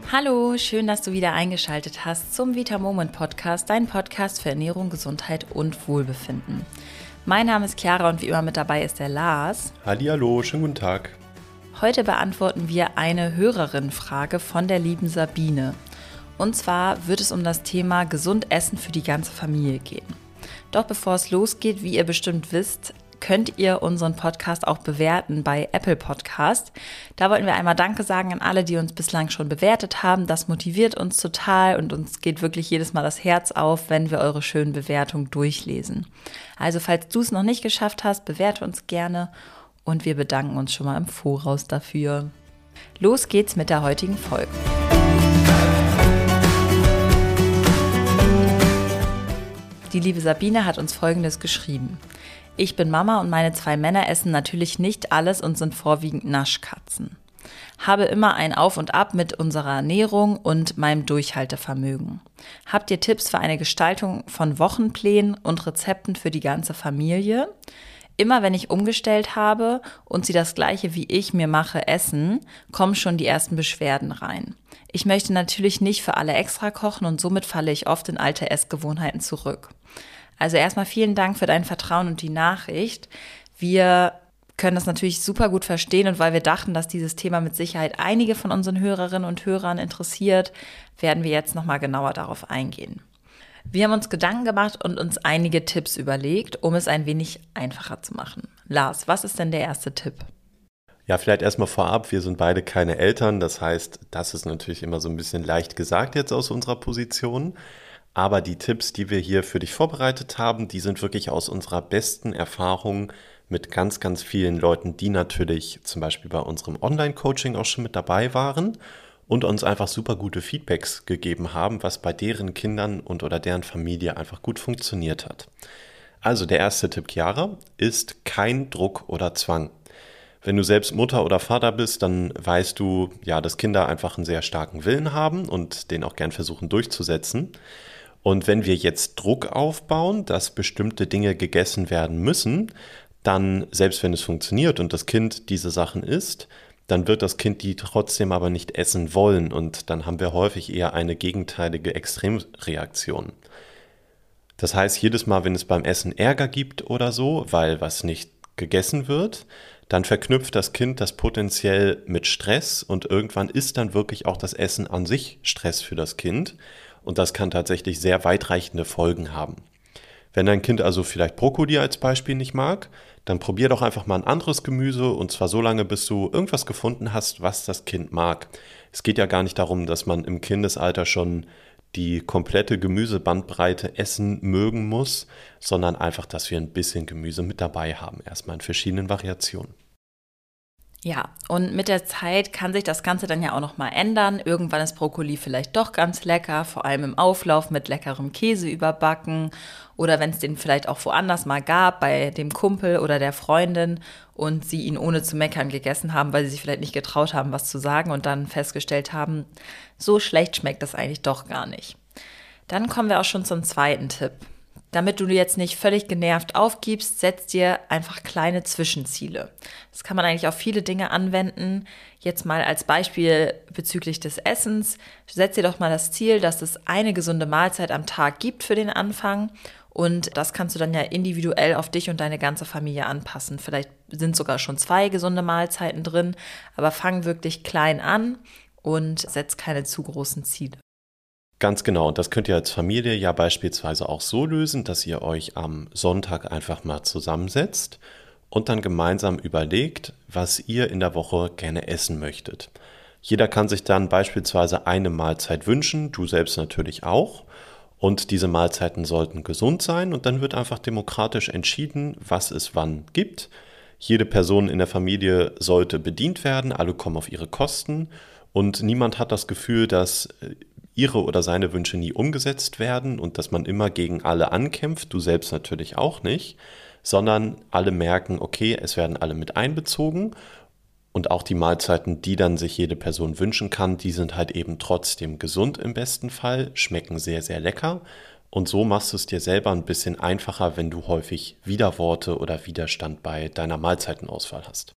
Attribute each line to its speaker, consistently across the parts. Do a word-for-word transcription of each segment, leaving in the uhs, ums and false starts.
Speaker 1: Hallo, schön, dass du wieder eingeschaltet hast zum Vita Moment Podcast, dein Podcast für Ernährung, Gesundheit und Wohlbefinden. Mein Name ist Chiara und wie immer mit dabei ist der Lars.
Speaker 2: Hallihallo, schönen guten Tag.
Speaker 1: Heute beantworten wir eine Hörerinnenfrage von der lieben Sabine. Und zwar wird es um das Thema gesund essen für die ganze Familie gehen. Doch bevor es losgeht, wie ihr bestimmt wisst, könnt ihr unseren Podcast auch bewerten bei Apple Podcast. Da wollten wir einmal Danke sagen an alle, die uns bislang schon bewertet haben. Das motiviert uns total und uns geht wirklich jedes Mal das Herz auf, wenn wir eure schönen Bewertungen durchlesen. Also falls du es noch nicht geschafft hast, bewerte uns gerne und wir bedanken uns schon mal im Voraus dafür. Los geht's mit der heutigen Folge. Die liebe Sabine hat uns Folgendes geschrieben. Ich bin Mama und meine zwei Männer essen natürlich nicht alles und sind vorwiegend Naschkatzen. Habe immer ein Auf und Ab mit unserer Ernährung und meinem Durchhaltevermögen. Habt ihr Tipps für eine Gestaltung von Wochenplänen und Rezepten für die ganze Familie? Immer wenn ich umgestellt habe und sie das Gleiche wie ich mir mache essen, kommen schon die ersten Beschwerden rein. Ich möchte natürlich nicht für alle extra kochen und somit falle ich oft in alte Essgewohnheiten zurück. Also erstmal vielen Dank für dein Vertrauen und die Nachricht. Wir können das natürlich super gut verstehen und weil wir dachten, dass dieses Thema mit Sicherheit einige von unseren Hörerinnen und Hörern interessiert, werden wir jetzt nochmal genauer darauf eingehen. Wir haben uns Gedanken gemacht und uns einige Tipps überlegt, um es ein wenig einfacher zu machen. Lars, was ist denn der erste Tipp?
Speaker 2: Ja, vielleicht erstmal vorab, wir sind beide keine Eltern, das heißt, das ist natürlich immer so ein bisschen leicht gesagt jetzt aus unserer Position. Aber die Tipps, die wir hier für dich vorbereitet haben, die sind wirklich aus unserer besten Erfahrung mit ganz, ganz vielen Leuten, die natürlich zum Beispiel bei unserem Online-Coaching auch schon mit dabei waren und uns einfach super gute Feedbacks gegeben haben, was bei deren Kindern und oder deren Familie einfach gut funktioniert hat. Also der erste Tipp, Chiara, ist kein Druck oder Zwang. Wenn du selbst Mutter oder Vater bist, dann weißt du, ja, dass Kinder einfach einen sehr starken Willen haben und den auch gern versuchen durchzusetzen. Und wenn wir jetzt Druck aufbauen, dass bestimmte Dinge gegessen werden müssen, dann, selbst wenn es funktioniert und das Kind diese Sachen isst, dann wird das Kind die trotzdem aber nicht essen wollen und dann haben wir häufig eher eine gegenteilige Extremreaktion. Das heißt, jedes Mal, wenn es beim Essen Ärger gibt oder so, weil was nicht gegessen wird, dann verknüpft das Kind das potenziell mit Stress und irgendwann ist dann wirklich auch das Essen an sich Stress für das Kind. Und das kann tatsächlich sehr weitreichende Folgen haben. Wenn dein Kind also vielleicht Brokkoli als Beispiel nicht mag, dann probier doch einfach mal ein anderes Gemüse und zwar so lange, bis du irgendwas gefunden hast, was das Kind mag. Es geht ja gar nicht darum, dass man im Kindesalter schon die komplette Gemüsebandbreite essen mögen muss, sondern einfach, dass wir ein bisschen Gemüse mit dabei haben, erstmal in verschiedenen Variationen.
Speaker 1: Ja, und mit der Zeit kann sich das Ganze dann ja auch nochmal ändern. Irgendwann ist Brokkoli vielleicht doch ganz lecker, vor allem im Auflauf mit leckerem Käse überbacken oder wenn es den vielleicht auch woanders mal gab, bei dem Kumpel oder der Freundin und sie ihn ohne zu meckern gegessen haben, weil sie sich vielleicht nicht getraut haben, was zu sagen und dann festgestellt haben, so schlecht schmeckt das eigentlich doch gar nicht. Dann kommen wir auch schon zum zweiten Tipp. Damit du jetzt nicht völlig genervt aufgibst, setz dir einfach kleine Zwischenziele. Das kann man eigentlich auf viele Dinge anwenden. Jetzt mal als Beispiel bezüglich des Essens. Setz dir doch mal das Ziel, dass es eine gesunde Mahlzeit am Tag gibt für den Anfang. Und das kannst du dann ja individuell auf dich und deine ganze Familie anpassen. Vielleicht sind sogar schon zwei gesunde Mahlzeiten drin, aber fang wirklich klein an und setz keine zu großen Ziele.
Speaker 2: Ganz genau, und das könnt ihr als Familie ja beispielsweise auch so lösen, dass ihr euch am Sonntag einfach mal zusammensetzt und dann gemeinsam überlegt, was ihr in der Woche gerne essen möchtet. Jeder kann sich dann beispielsweise eine Mahlzeit wünschen, du selbst natürlich auch. Und diese Mahlzeiten sollten gesund sein und dann wird einfach demokratisch entschieden, was es wann gibt. Jede Person in der Familie sollte bedient werden, alle kommen auf ihre Kosten und niemand hat das Gefühl, dass ihre oder seine Wünsche nie umgesetzt werden und dass man immer gegen alle ankämpft, du selbst natürlich auch nicht, sondern alle merken, okay, es werden alle mit einbezogen und auch die Mahlzeiten, die dann sich jede Person wünschen kann, die sind halt eben trotzdem gesund im besten Fall, schmecken sehr, sehr lecker und so machst du es dir selber ein bisschen einfacher, wenn du häufig Widerworte oder Widerstand bei deiner Mahlzeitenauswahl hast.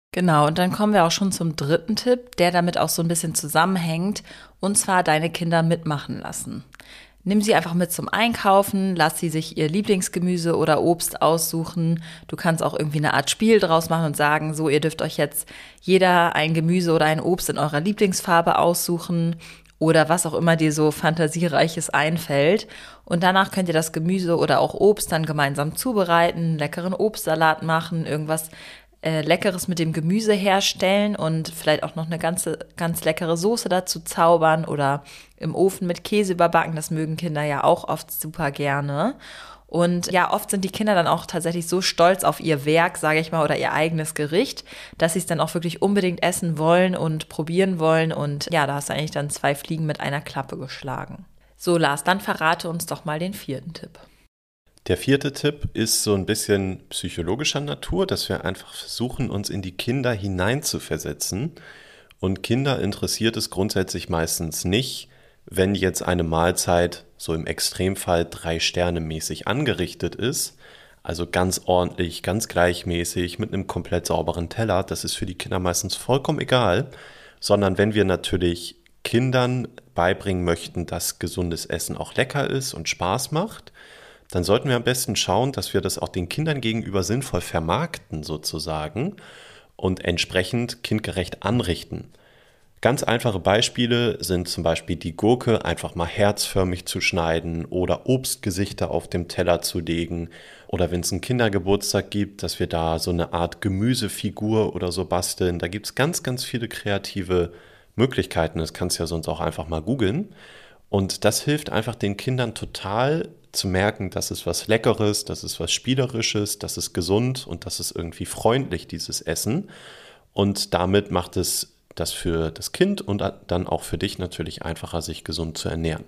Speaker 1: Genau, und dann kommen wir auch schon zum dritten Tipp, der damit auch so ein bisschen zusammenhängt, und zwar deine Kinder mitmachen lassen. Nimm sie einfach mit zum Einkaufen, lass sie sich ihr Lieblingsgemüse oder Obst aussuchen. Du kannst auch irgendwie eine Art Spiel draus machen und sagen, so, ihr dürft euch jetzt jeder ein Gemüse oder ein Obst in eurer Lieblingsfarbe aussuchen oder was auch immer dir so Fantasiereiches einfällt. Und danach könnt ihr das Gemüse oder auch Obst dann gemeinsam zubereiten, einen leckeren Obstsalat machen, irgendwas äh, Leckeres mit dem Gemüse herstellen und vielleicht auch noch eine ganze, ganz leckere Soße dazu zaubern oder im Ofen mit Käse überbacken. Das mögen Kinder ja auch oft super gerne. Und ja, oft sind die Kinder dann auch tatsächlich so stolz auf ihr Werk, sage ich mal, oder ihr eigenes Gericht, dass sie es dann auch wirklich unbedingt essen wollen und probieren wollen. Und ja, da hast du eigentlich dann zwei Fliegen mit einer Klappe geschlagen. So, Lars, dann verrate uns doch mal den vierten Tipp.
Speaker 2: Der vierte Tipp ist so ein bisschen psychologischer Natur, dass wir einfach versuchen, uns in die Kinder hineinzuversetzen. Und Kinder interessiert es grundsätzlich meistens nicht, wenn jetzt eine Mahlzeit so im Extremfall drei Sterne mäßig angerichtet ist, also ganz ordentlich, ganz gleichmäßig mit einem komplett sauberen Teller, das ist für die Kinder meistens vollkommen egal, sondern wenn wir natürlich Kindern beibringen möchten, dass gesundes Essen auch lecker ist und Spaß macht, dann sollten wir am besten schauen, dass wir das auch den Kindern gegenüber sinnvoll vermarkten sozusagen und entsprechend kindgerecht anrichten. Ganz einfache Beispiele sind zum Beispiel die Gurke einfach mal herzförmig zu schneiden oder Obstgesichter auf dem Teller zu legen oder wenn es einen Kindergeburtstag gibt, dass wir da so eine Art Gemüsefigur oder so basteln. Da gibt es ganz, ganz viele kreative Möglichkeiten. Das kannst du ja sonst auch einfach mal googeln. Und das hilft einfach den Kindern total zu merken, das ist was Leckeres, das ist was Spielerisches, das ist gesund und das ist irgendwie freundlich, dieses Essen. Und damit macht es das für das Kind und dann auch für dich natürlich einfacher, sich gesund zu ernähren.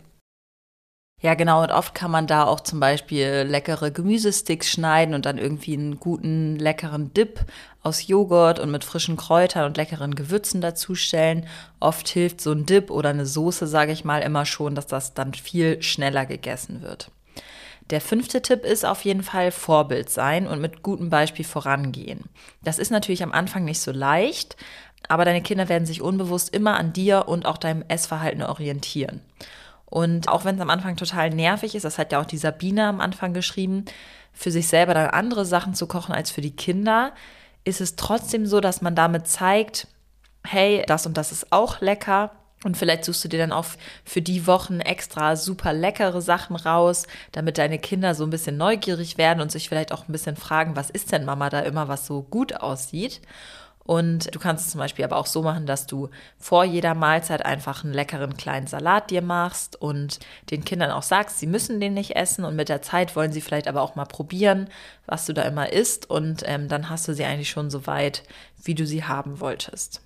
Speaker 1: Ja, genau. Und oft kann man da auch zum Beispiel leckere Gemüsesticks schneiden und dann irgendwie einen guten, leckeren Dip aus Joghurt und mit frischen Kräutern und leckeren Gewürzen dazustellen. Oft hilft so ein Dip oder eine Soße, sage ich mal, immer schon, dass das dann viel schneller gegessen wird. Der fünfte Tipp ist auf jeden Fall Vorbild sein und mit gutem Beispiel vorangehen. Das ist natürlich am Anfang nicht so leicht, aber deine Kinder werden sich unbewusst immer an dir und auch deinem Essverhalten orientieren. Und auch wenn es am Anfang total nervig ist, das hat ja auch die Sabine am Anfang geschrieben, für sich selber dann andere Sachen zu kochen als für die Kinder, ist es trotzdem so, dass man damit zeigt, hey, das und das ist auch lecker. Und vielleicht suchst du dir dann auch für die Wochen extra super leckere Sachen raus, damit deine Kinder so ein bisschen neugierig werden und sich vielleicht auch ein bisschen fragen, was ist denn Mama da immer, was so gut aussieht. Und du kannst es zum Beispiel aber auch so machen, dass du vor jeder Mahlzeit einfach einen leckeren kleinen Salat dir machst und den Kindern auch sagst, sie müssen den nicht essen und mit der Zeit wollen sie vielleicht aber auch mal probieren, was du da immer isst und ähm, dann hast du sie eigentlich schon so weit, wie du sie haben wolltest.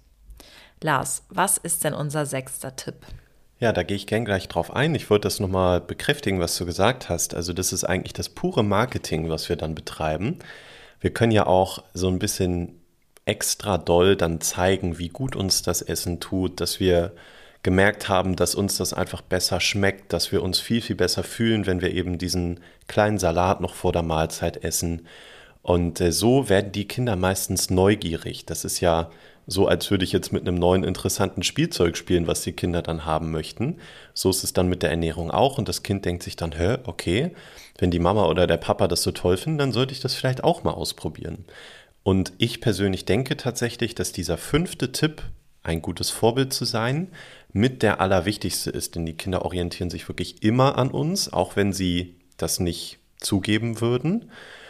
Speaker 1: Lars, was ist denn unser sechster Tipp?
Speaker 2: Ja, da gehe ich gern gleich drauf ein. Ich wollte das nochmal bekräftigen, was du gesagt hast. Also das ist eigentlich das pure Marketing, was wir dann betreiben. Wir können ja auch so ein bisschen extra doll dann zeigen, wie gut uns das Essen tut, dass wir gemerkt haben, dass uns das einfach besser schmeckt, dass wir uns viel, viel besser fühlen, wenn wir eben diesen kleinen Salat noch vor der Mahlzeit essen. Und äh, so werden die Kinder meistens neugierig. Das ist ja so, als würde ich jetzt mit einem neuen interessanten Spielzeug spielen, was die Kinder dann haben möchten. So ist es dann mit der Ernährung auch und das Kind denkt sich dann, hä, okay, wenn die Mama oder der Papa das so toll finden, dann sollte ich das vielleicht auch mal ausprobieren. Und ich persönlich denke tatsächlich, dass dieser fünfte Tipp, ein gutes Vorbild zu sein, mit der allerwichtigste ist, denn die Kinder orientieren sich wirklich immer an uns, auch wenn sie das nicht zugeben würden.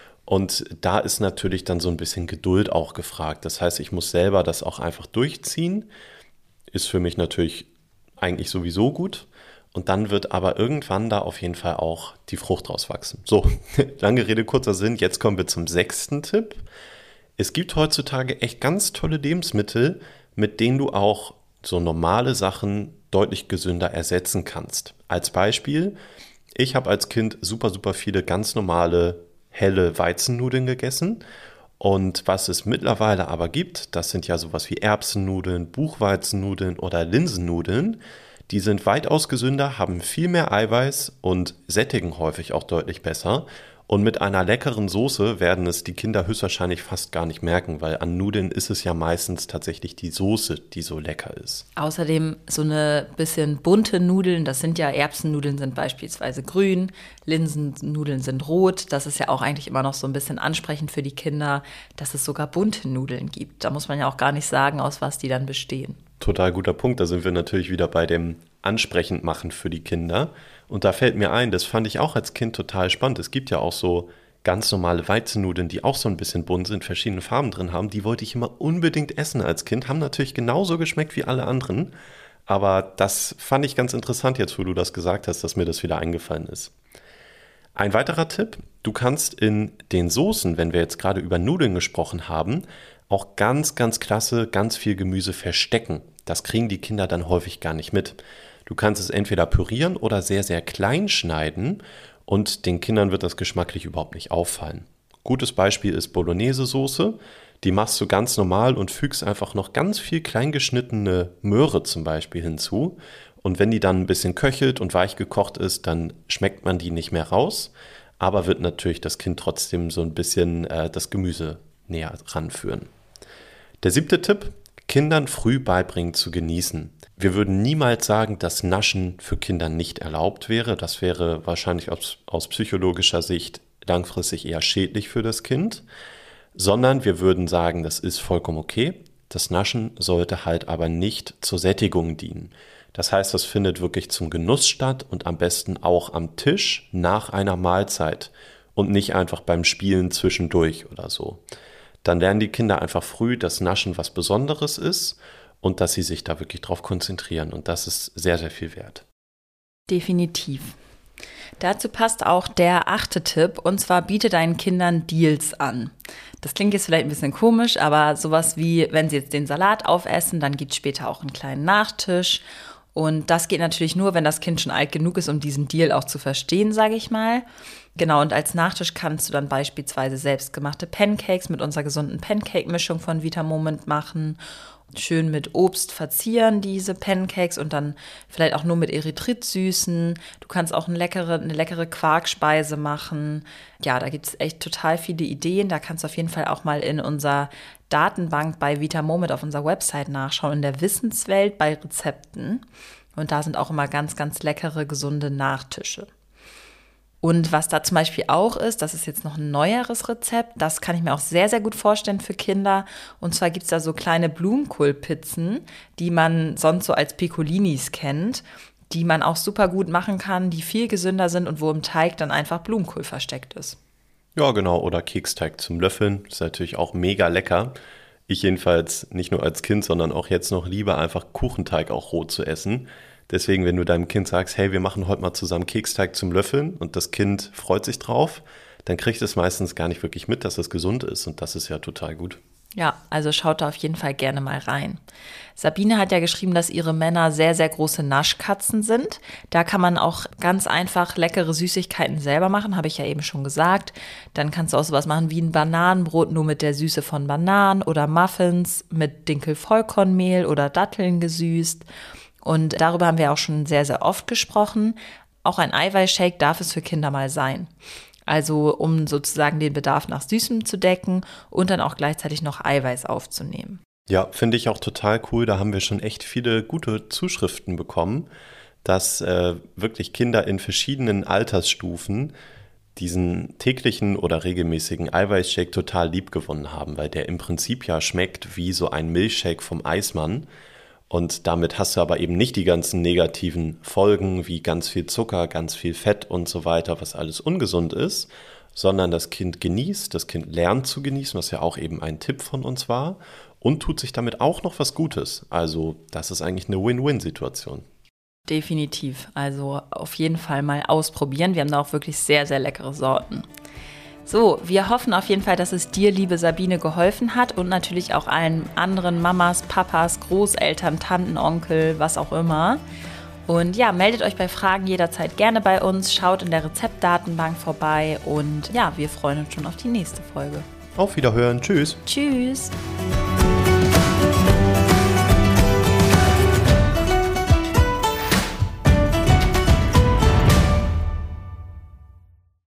Speaker 2: Und da ist natürlich dann so ein bisschen Geduld auch gefragt. Das heißt, ich muss selber das auch einfach durchziehen. Ist für mich natürlich eigentlich sowieso gut. Und dann wird aber irgendwann da auf jeden Fall auch die Frucht draus wachsen. So, lange Rede, kurzer Sinn. Jetzt kommen wir zum sechsten Tipp. Es gibt heutzutage echt ganz tolle Lebensmittel, mit denen du auch so normale Sachen deutlich gesünder ersetzen kannst. Als Beispiel, ich habe als Kind super, super viele ganz normale, helle Weizennudeln gegessen. Und was es mittlerweile aber gibt, das sind ja sowas wie Erbsennudeln, Buchweizennudeln oder Linsennudeln. Die sind weitaus gesünder, haben viel mehr Eiweiß und sättigen häufig auch deutlich besser. Und mit einer leckeren Soße werden es die Kinder höchstwahrscheinlich fast gar nicht merken, weil an Nudeln ist es ja meistens tatsächlich die Soße, die so lecker ist.
Speaker 1: Außerdem so eine bisschen bunte Nudeln, das sind ja Erbsennudeln sind beispielsweise grün, Linsennudeln sind rot. Das ist ja auch eigentlich immer noch so ein bisschen ansprechend für die Kinder, dass es sogar bunte Nudeln gibt. Da muss man ja auch gar nicht sagen, aus was die dann bestehen.
Speaker 2: Total guter Punkt, da sind wir natürlich wieder bei dem ansprechend machen für die Kinder. Und da fällt mir ein, das fand ich auch als Kind total spannend. Es gibt ja auch so ganz normale Weizennudeln, die auch so ein bisschen bunt sind, verschiedene Farben drin haben. Die wollte ich immer unbedingt essen als Kind, haben natürlich genauso geschmeckt wie alle anderen. Aber das fand ich ganz interessant jetzt, wo du das gesagt hast, dass mir das wieder eingefallen ist. Ein weiterer Tipp, du kannst in den Soßen, wenn wir jetzt gerade über Nudeln gesprochen haben, auch ganz, ganz klasse, ganz viel Gemüse verstecken. Das kriegen die Kinder dann häufig gar nicht mit. Du kannst es entweder pürieren oder sehr, sehr klein schneiden und den Kindern wird das geschmacklich überhaupt nicht auffallen. Gutes Beispiel ist Bolognese-Soße. Die machst du ganz normal und fügst einfach noch ganz viel kleingeschnittene Möhre zum Beispiel hinzu. Und wenn die dann ein bisschen köchelt und weich gekocht ist, dann schmeckt man die nicht mehr raus, aber wird natürlich das Kind trotzdem so ein bisschen äh, das Gemüse näher ranführen. Der siebte Tipp, Kindern früh beibringen zu genießen. Wir würden niemals sagen, dass Naschen für Kinder nicht erlaubt wäre. Das wäre wahrscheinlich aus, aus psychologischer Sicht langfristig eher schädlich für das Kind, sondern wir würden sagen, das ist vollkommen okay. Das Naschen sollte halt aber nicht zur Sättigung dienen. Das heißt, das findet wirklich zum Genuss statt und am besten auch am Tisch nach einer Mahlzeit und nicht einfach beim Spielen zwischendurch oder so. Dann lernen die Kinder einfach früh, dass Naschen was Besonderes ist und dass sie sich da wirklich drauf konzentrieren. Und das ist sehr, sehr viel wert.
Speaker 1: Definitiv. Dazu passt auch der achte Tipp, und zwar biete deinen Kindern Deals an. Das klingt jetzt vielleicht ein bisschen komisch, aber sowas wie, wenn sie jetzt den Salat aufessen, dann gibt es später auch einen kleinen Nachtisch. Und das geht natürlich nur, wenn das Kind schon alt genug ist, um diesen Deal auch zu verstehen, sage ich mal. Genau, und als Nachtisch kannst du dann beispielsweise selbstgemachte Pancakes mit unserer gesunden Pancake-Mischung von Vitamoment machen. Schön mit Obst verzieren diese Pancakes und dann vielleicht auch nur mit Erythrit süßen. Du kannst auch eine leckere, eine leckere Quarkspeise machen. Ja, da gibt es echt total viele Ideen. Da kannst du auf jeden Fall auch mal in unserer Datenbank bei Vitamoment auf unserer Website nachschauen, in der Wissenswelt bei Rezepten. Und da sind auch immer ganz, ganz leckere, gesunde Nachtische. Und was da zum Beispiel auch ist, das ist jetzt noch ein neueres Rezept, das kann ich mir auch sehr, sehr gut vorstellen für Kinder. Und zwar gibt es da so kleine Blumenkohlpizzen, die man sonst so als Piccolinis kennt, die man auch super gut machen kann, die viel gesünder sind und wo im Teig dann einfach Blumenkohl versteckt ist.
Speaker 2: Ja, genau, oder Keksteig zum Löffeln, ist natürlich auch mega lecker. Ich jedenfalls nicht nur als Kind, sondern auch jetzt noch liebe, einfach Kuchenteig auch roh zu essen. Deswegen, wenn du deinem Kind sagst, hey, wir machen heute mal zusammen Keksteig zum Löffeln und das Kind freut sich drauf, dann kriegt es meistens gar nicht wirklich mit, dass es gesund ist und das ist ja total gut.
Speaker 1: Ja, also schaut da auf jeden Fall gerne mal rein. Sabine hat ja geschrieben, dass ihre Männer sehr, sehr große Naschkatzen sind. Da kann man auch ganz einfach leckere Süßigkeiten selber machen, habe ich ja eben schon gesagt. Dann kannst du auch sowas machen wie ein Bananenbrot, nur mit der Süße von Bananen oder Muffins mit Dinkel-Vollkornmehl oder Datteln gesüßt. Und darüber haben wir auch schon sehr, sehr oft gesprochen. Auch ein Eiweißshake darf es für Kinder mal sein. Also um sozusagen den Bedarf nach Süßem zu decken und dann auch gleichzeitig noch Eiweiß aufzunehmen.
Speaker 2: Ja, finde ich auch total cool. Da haben wir schon echt viele gute Zuschriften bekommen, dass äh, wirklich Kinder in verschiedenen Altersstufen diesen täglichen oder regelmäßigen Eiweißshake total lieb gewonnen haben, weil der im Prinzip ja schmeckt wie so ein Milchshake vom Eismann. Und damit hast du aber eben nicht die ganzen negativen Folgen wie ganz viel Zucker, ganz viel Fett und so weiter, was alles ungesund ist, sondern das Kind genießt, das Kind lernt zu genießen, was ja auch eben ein Tipp von uns war und tut sich damit auch noch was Gutes. Also das ist eigentlich eine Win-Win-Situation.
Speaker 1: Definitiv, also auf jeden Fall mal ausprobieren. Wir haben da auch wirklich sehr, sehr leckere Sorten. So, wir hoffen auf jeden Fall, dass es dir, liebe Sabine, geholfen hat und natürlich auch allen anderen Mamas, Papas, Großeltern, Tanten, Onkel, was auch immer. Und ja, meldet euch bei Fragen jederzeit gerne bei uns, schaut in der Rezeptdatenbank vorbei und ja, wir freuen uns schon auf die nächste Folge.
Speaker 2: Auf Wiederhören, tschüss.
Speaker 1: Tschüss.